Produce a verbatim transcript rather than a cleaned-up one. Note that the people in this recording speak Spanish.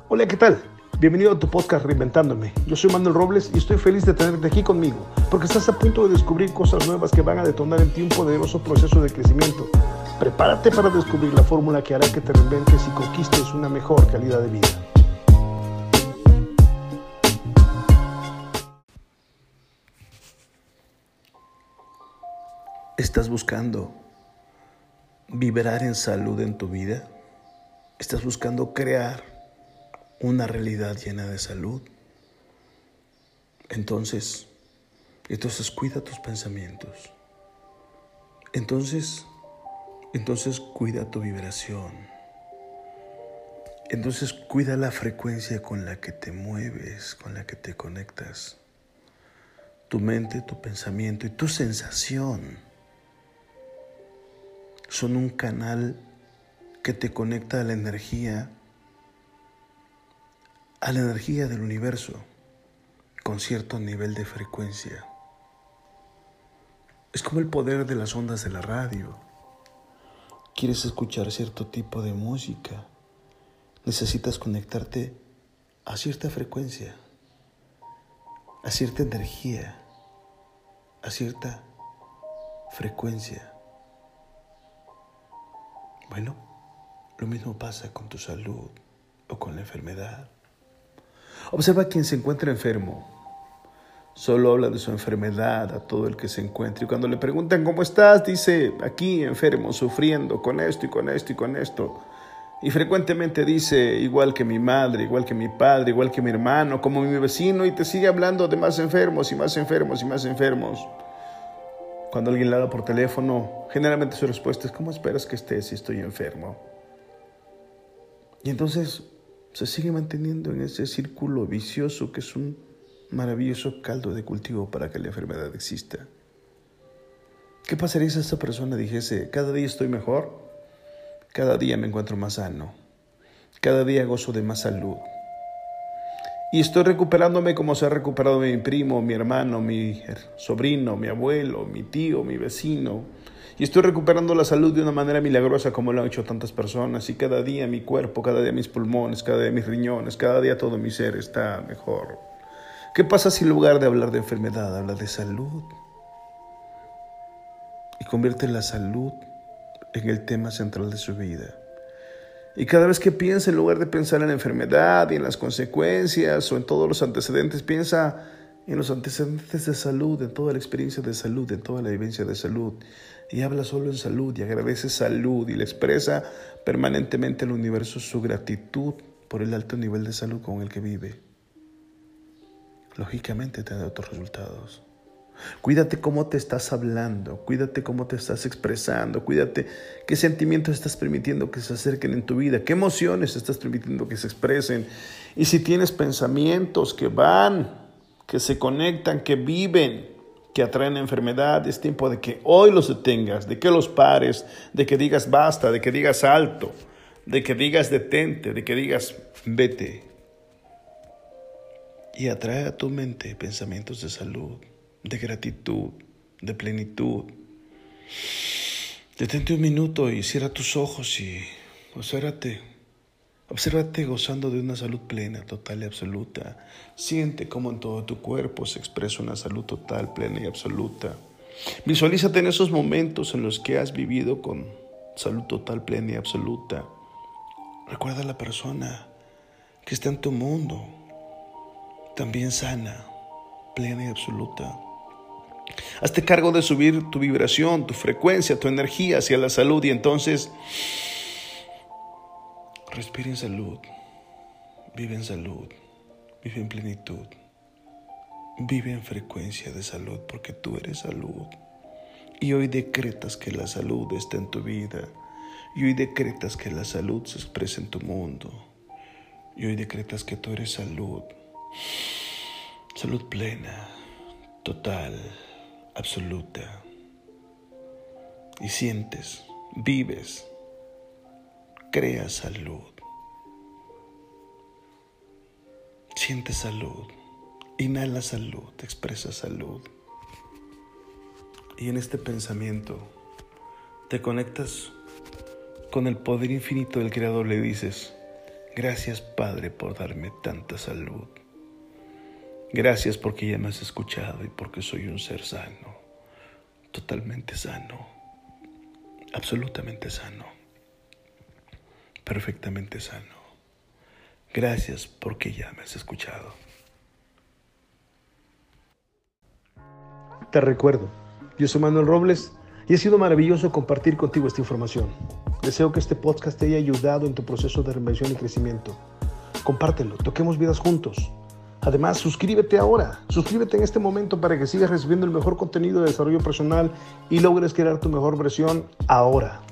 Hola, ¿qué tal? Bienvenido a tu podcast Reinventándome. Yo soy Manuel Robles y estoy feliz de tenerte aquí conmigo, porque estás a punto de descubrir cosas nuevas que van a detonar en ti un poderoso proceso de crecimiento. Prepárate para descubrir la fórmula que hará que te reinventes y conquistes una mejor calidad de vida. ¿Estás buscando vibrar en salud en tu vida? ¿Estás buscando crear una realidad llena de salud? Entonces, entonces cuida tus pensamientos. Entonces, entonces cuida tu vibración. Entonces cuida la frecuencia con la que te mueves, con la que te conectas. Tu mente, tu pensamiento y tu sensación son un canal que te conecta a la energía, a la energía del universo con cierto nivel de frecuencia. Es como el poder de las ondas de la radio. Quieres escuchar cierto tipo de música, necesitas conectarte a cierta frecuencia, a cierta energía, a cierta frecuencia. Bueno, lo mismo pasa con tu salud o con la enfermedad. Observa a quien se encuentra enfermo. Solo habla de su enfermedad a todo el que se encuentre. Y cuando le preguntan ¿cómo estás? Dice, aquí enfermo, sufriendo, con esto y con esto y con esto. Y frecuentemente dice, igual que mi madre, igual que mi padre, igual que mi hermano, como mi vecino, y te sigue hablando de más enfermos y más enfermos y más enfermos. Cuando alguien le habla por teléfono, generalmente su respuesta es, ¿cómo esperas que esté si estoy enfermo? Y entonces se sigue manteniendo en ese círculo vicioso que es un maravilloso caldo de cultivo para que la enfermedad exista. ¿Qué pasaría si esta persona dijese, cada día estoy mejor, cada día me encuentro más sano, cada día gozo de más salud y estoy recuperándome como se ha recuperado mi primo, mi hermano, mi sobrino, mi abuelo, mi tío, mi vecino, y estoy recuperando la salud de una manera milagrosa como lo han hecho tantas personas, y cada día mi cuerpo, cada día mis pulmones, cada día mis riñones, cada día todo mi ser está mejor? ¿Qué pasa si en lugar de hablar de enfermedad, habla de salud? Y convierte la salud en el tema central de su vida. Y cada vez que piensa, en lugar de pensar en la enfermedad y en las consecuencias o en todos los antecedentes, piensa en los antecedentes de salud, en toda la experiencia de salud, en toda la vivencia de salud. Y habla solo en salud y agradece salud y le expresa permanentemente al universo su gratitud por el alto nivel de salud con el que vive. Lógicamente te da otros resultados. Cuídate cómo te estás hablando, cuídate cómo te estás expresando, cuídate qué sentimientos estás permitiendo que se acerquen en tu vida, qué emociones estás permitiendo que se expresen. Y si tienes pensamientos que van, que se conectan, que viven, que atraen enfermedad, es tiempo de que hoy los detengas, de que los pares, de que digas basta, de que digas alto, de que digas detente, de que digas vete. Y atrae a tu mente pensamientos de salud, de gratitud, de plenitud. Detente un minuto y cierra tus ojos y obsérvate. Obsérvate gozando de una salud plena, total y absoluta. Siente cómo en todo tu cuerpo se expresa una salud total, plena y absoluta. Visualízate en esos momentos en los que has vivido con salud total, plena y absoluta. Recuerda a la persona que está en tu mundo, también sana, plena y absoluta. Hazte cargo de subir tu vibración, tu frecuencia, tu energía hacia la salud y entonces respira en salud, vive en salud, vive en plenitud, vive en frecuencia de salud porque tú eres salud. Y hoy decretas que la salud está en tu vida y hoy decretas que la salud se expresa en tu mundo y hoy decretas que tú eres salud. Salud plena, total, absoluta. Y sientes, vives, creas salud. Sientes salud, inhala salud, expresa salud. Y en este pensamiento te conectas con el poder infinito del Creador. Le dices, Gracias, Padre, por darme tanta salud. Gracias porque ya me has escuchado y porque soy un ser sano, totalmente sano, absolutamente sano, perfectamente sano. Gracias porque ya me has escuchado. Te recuerdo, yo soy Manuel Robles y ha sido maravilloso compartir contigo esta información. Deseo que este podcast te haya ayudado en tu proceso de reinvención y crecimiento. Compártelo, toquemos vidas juntos. Además, suscríbete ahora, suscríbete en este momento para que sigas recibiendo el mejor contenido de desarrollo personal y logres crear tu mejor versión ahora.